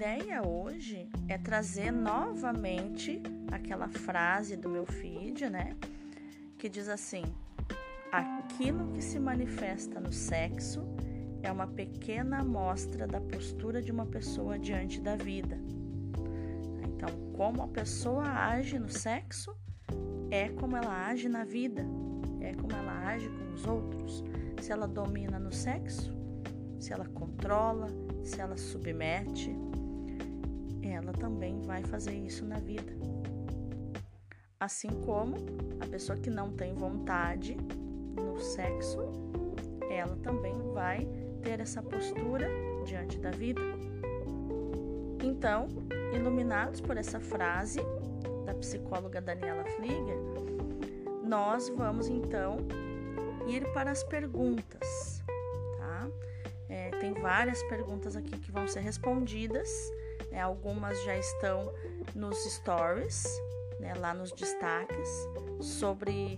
ideia hoje é trazer novamente aquela frase do meu feed, né? Que diz assim: aquilo que se manifesta no sexo é uma pequena amostra da postura de uma pessoa diante da vida. Então, como a pessoa age no sexo é como ela age na vida, é como ela age com os outros. Se ela domina no sexo, se ela controla, se ela submete, ela também vai fazer isso na vida. Assim como a pessoa que não tem vontade no sexo, ela também vai ter essa postura diante da vida. Então, iluminados por essa frase da psicóloga Daniela Flieger, nós vamos então ir para as perguntas, tá? Tem várias perguntas aqui que vão ser respondidas, né? Algumas já estão nos stories, né? Lá nos destaques sobre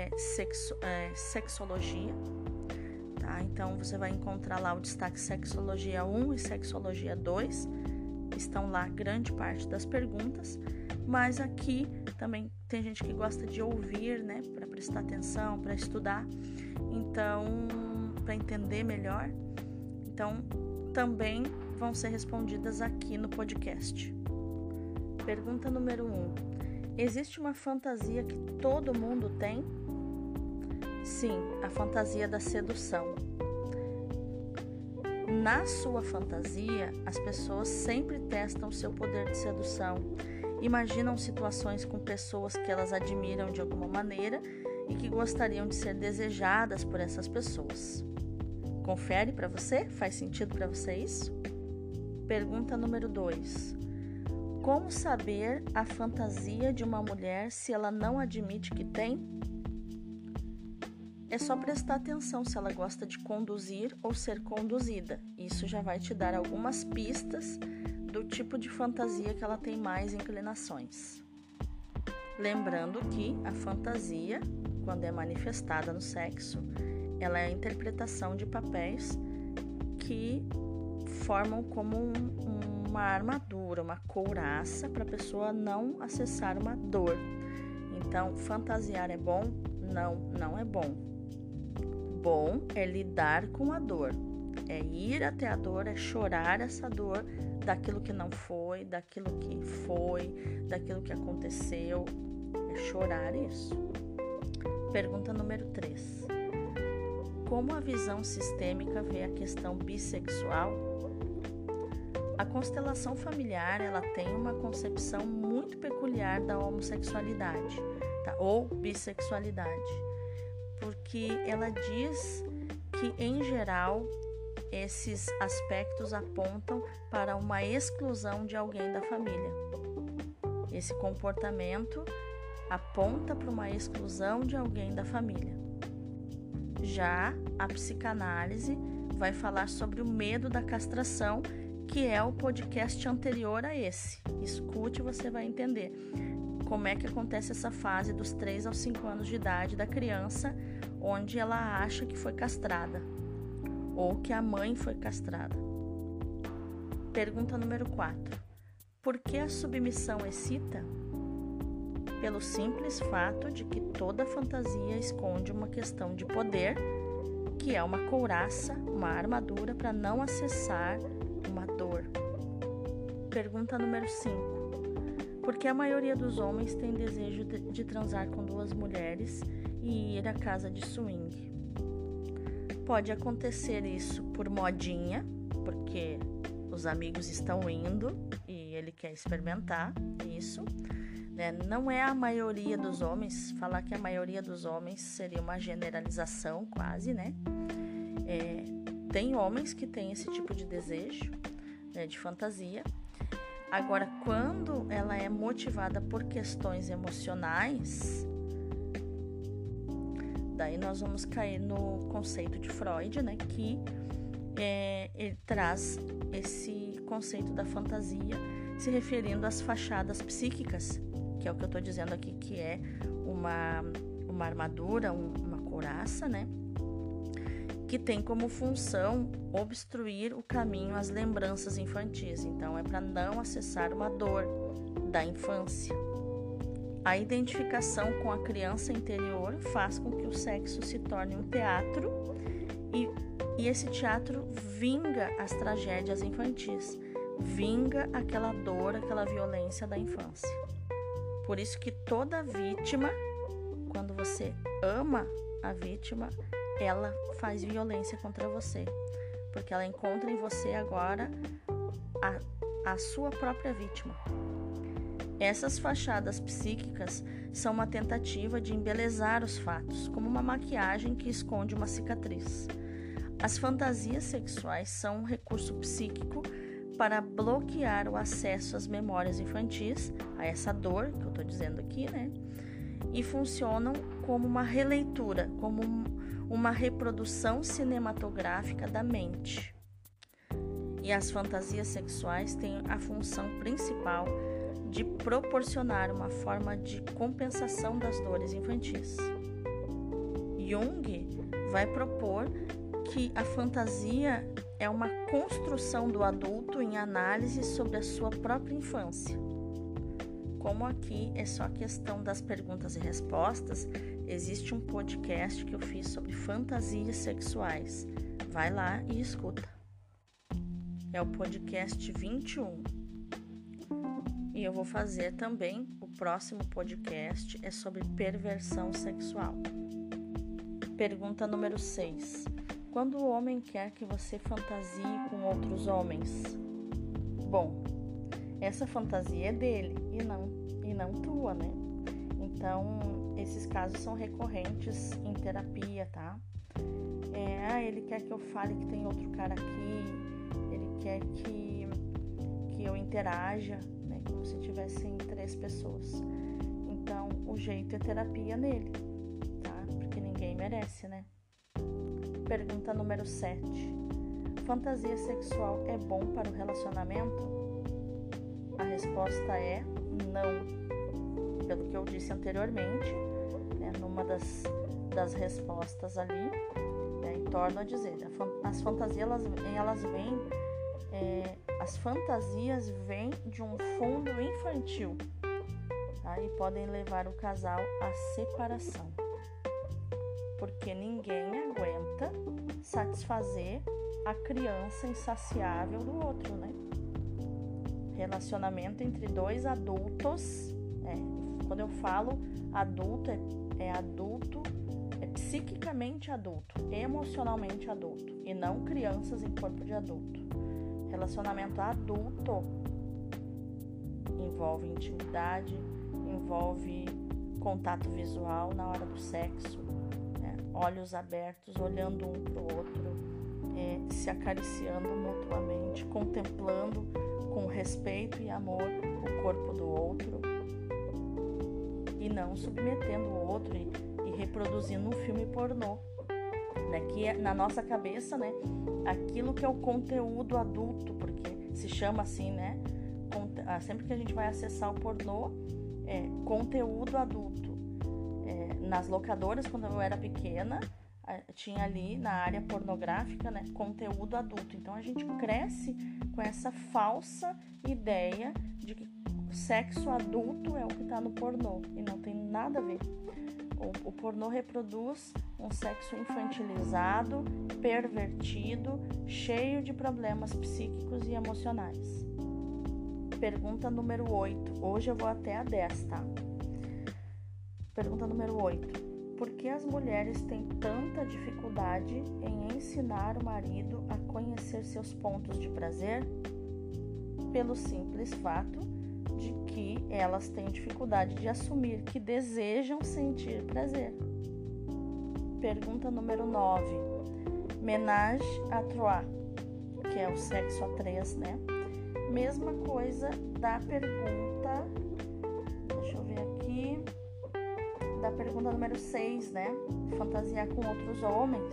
sexologia, tá? Então você vai encontrar lá o destaque Sexologia 1 e Sexologia 2, estão lá grande parte das perguntas, mas aqui também tem gente que gosta de ouvir, né, para prestar atenção, para estudar, então, para entender melhor. Então, também vão ser respondidas aqui no podcast. Pergunta número 1. Existe uma fantasia que todo mundo tem? Sim, a fantasia da sedução. Na sua fantasia, as pessoas sempre testam o seu poder de sedução, imaginam situações com pessoas que elas admiram de alguma maneira e que gostariam de ser desejadas por essas pessoas. Confere para você? Faz sentido para você isso? Pergunta número 2. Como saber a fantasia de uma mulher se ela não admite que tem? É só prestar atenção se ela gosta de conduzir ou ser conduzida. Isso já vai te dar algumas pistas do tipo de fantasia que ela tem mais inclinações. Lembrando que a fantasia, quando é manifestada no sexo, ela é a interpretação de papéis que formam como uma armadura, uma couraça para a pessoa não acessar uma dor. Então, fantasiar é bom? Não, não é bom. Bom é lidar com a dor, é ir até a dor, é chorar essa dor daquilo que não foi, daquilo que foi, daquilo que aconteceu, é chorar isso. Pergunta número 3. Como a visão sistêmica vê a questão bissexual? A constelação familiar, ela tem uma concepção muito peculiar da homossexualidade, tá? Ou bissexualidade. Porque ela diz que, em geral, esses aspectos apontam para uma exclusão de alguém da família. Esse comportamento aponta para uma exclusão de alguém da família. Já a psicanálise vai falar sobre o medo da castração, que é o podcast anterior a esse. Escute e você vai entender como é que acontece essa fase dos 3 aos 5 anos de idade da criança, onde ela acha que foi castrada ou que a mãe foi castrada. Pergunta número 4. Por que a submissão excita? Pelo simples fato de que toda fantasia esconde uma questão de poder, que é uma couraça, uma armadura para não acessar uma dor. Pergunta número 5. Por que a maioria dos homens tem desejo de transar com 2 mulheres e ir à casa de swing? Pode acontecer isso por modinha, porque os amigos estão indo e ele quer experimentar isso, né? Não é a maioria dos homens, falar que a maioria dos homens seria uma generalização quase, né? Tem homens que têm esse tipo de desejo, né, de fantasia. Agora, quando ela é motivada por questões emocionais, daí nós vamos cair no conceito de Freud, né, que ele traz esse conceito da fantasia se referindo às fachadas psíquicas, que é o que eu estou dizendo aqui, que é uma armadura, uma couraça, né, que tem como função obstruir o caminho às lembranças infantis. Então, é para não acessar uma dor da infância. A identificação com a criança interior faz com que o sexo se torne um teatro e esse teatro vinga as tragédias infantis, vinga aquela dor, aquela violência da infância. Por isso que toda vítima, quando você ama a vítima, ela faz violência contra você, porque ela encontra em você agora a sua própria vítima. Essas fachadas psíquicas são uma tentativa de embelezar os fatos, como uma maquiagem que esconde uma cicatriz. As fantasias sexuais são um recurso psíquico para bloquear o acesso às memórias infantis, a essa dor que eu estou dizendo aqui, né? E funcionam como uma releitura, como uma reprodução cinematográfica da mente. E as fantasias sexuais têm a função principal de proporcionar uma forma de compensação das dores infantis. Jung vai propor que a fantasia é uma construção do adulto em análise sobre a sua própria infância. Como aqui é só questão das perguntas e respostas, existe um podcast que eu fiz sobre fantasias sexuais. Vai lá e escuta. É o podcast 21. E eu vou fazer também, o próximo podcast é sobre perversão sexual. Pergunta número 6. Quando o homem quer que você fantasie com outros homens? Bom, essa fantasia é dele e não tua, né? Então, esses casos são recorrentes em terapia, tá? Ele quer que eu fale que tem outro cara aqui, ele quer que eu interaja, né? Como se tivessem 3 pessoas. Então, o jeito é terapia nele, tá? Porque ninguém merece, né? Pergunta número 7. Fantasia sexual é bom para o relacionamento? A resposta é não. Pelo que eu disse anteriormente, né, numa das respostas ali, e torno a dizer, as fantasias as fantasias vêm de um fundo infantil, tá? E podem levar o casal à separação, porque ninguém aguenta satisfazer a criança insaciável do outro, né? Relacionamento entre 2 adultos, quando eu falo adulto, é adulto, é psiquicamente adulto, emocionalmente adulto, e não crianças em corpo de adulto. Relacionamento adulto envolve intimidade, envolve contato visual na hora do sexo, olhos abertos, olhando um para o outro, se acariciando mutuamente, contemplando com respeito e amor o corpo do outro e não submetendo o outro e reproduzindo um filme pornô, né? Que é, na nossa cabeça, né, aquilo que é o conteúdo adulto, porque se chama assim, né? Sempre que a gente vai acessar o pornô, conteúdo adulto. Nas locadoras, quando eu era pequena, tinha ali na área pornográfica, né, conteúdo adulto. Então a gente cresce com essa falsa ideia de que sexo adulto é o que está no pornô, e não tem nada a ver. O pornô reproduz um sexo infantilizado, pervertido, cheio de problemas psíquicos e emocionais. Pergunta número 8. Hoje eu vou até a 10, tá? Pergunta número 8. Por que as mulheres têm tanta dificuldade em ensinar o marido a conhecer seus pontos de prazer? Pelo simples fato de que elas têm dificuldade de assumir que desejam sentir prazer. Pergunta número 9. Ménage à trois, que é o sexo a 3, né? Mesma coisa da pergunta, deixa eu ver aqui, da pergunta número 6, né? Fantasiar com outros homens.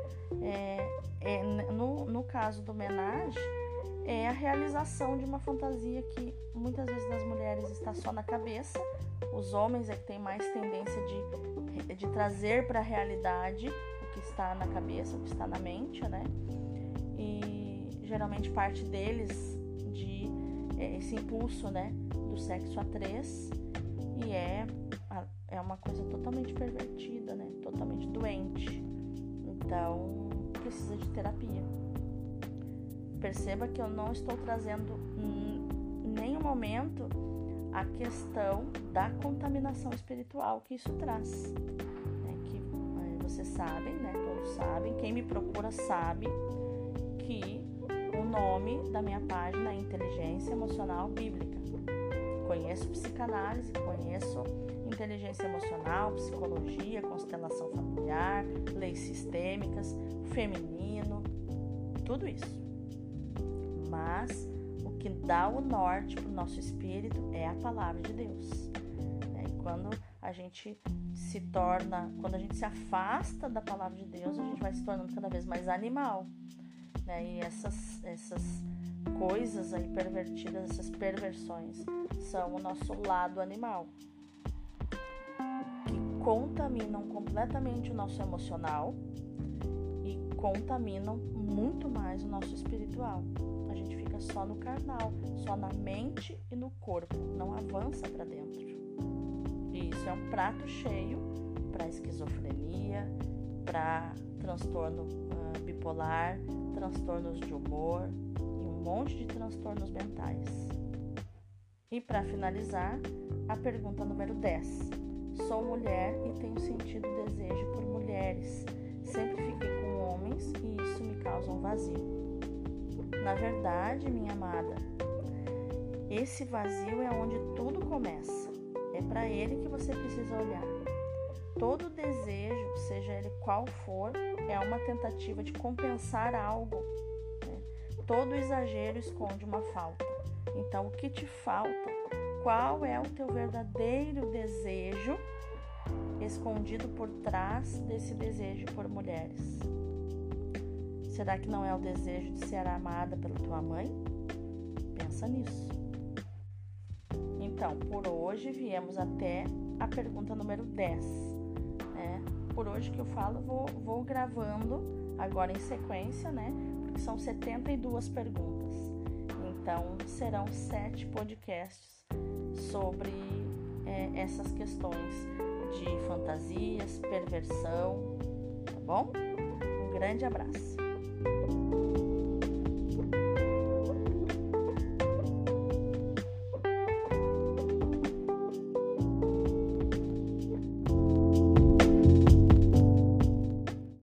No caso do ménage, é a realização de uma fantasia que muitas vezes das mulheres está só na cabeça. Os homens é que tem mais tendência de trazer para a realidade o que está na cabeça, o que está na mente, né? E geralmente parte deles de esse impulso, né, do sexo a 3, e é uma coisa totalmente pervertida, né? Totalmente doente. Então, precisa de terapia. Perceba que eu não estou trazendo em nenhum momento a questão da contaminação espiritual que isso traz. Né? Que vocês sabem, né? Todos sabem, quem me procura sabe que o nome da minha página é Inteligência Emocional Bíblica. Conheço psicanálise, conheço inteligência emocional, psicologia, constelação familiar, leis sistêmicas, feminino, tudo isso. Mas o que dá o norte para o nosso espírito é a palavra de Deus. E quando a gente quando a gente se afasta da palavra de Deus, a gente vai se tornando cada vez mais animal. E essas coisas aí pervertidas, essas perversões, são o nosso lado animal, que contaminam completamente o nosso emocional e contaminam muito mais o nosso espiritual. A gente fica só no carnal, só na mente e no corpo, não avança para dentro. E isso é um prato cheio para esquizofrenia, para transtorno bipolar, transtornos de humor e um monte de transtornos mentais. E para finalizar, a pergunta número 10. Sou mulher e tenho sentido desejo por mulheres. Sempre fiquei com homens e isso me causa um vazio. Na verdade, minha amada, esse vazio é onde tudo começa. É para ele que você precisa olhar. Todo desejo, seja ele qual for, é uma tentativa de compensar algo. Né? Todo exagero esconde uma falta. Então, o que te falta? Qual é o teu verdadeiro desejo escondido por trás desse desejo por mulheres? Será que não é o desejo de ser amada pela tua mãe? Pensa nisso. Então, por hoje viemos até a pergunta número 10. Né? Por hoje que eu falo, vou gravando agora em sequência, né? Porque são 72 perguntas. Então, serão 7 podcasts sobre essas questões de fantasias, perversão, tá bom? Um grande abraço.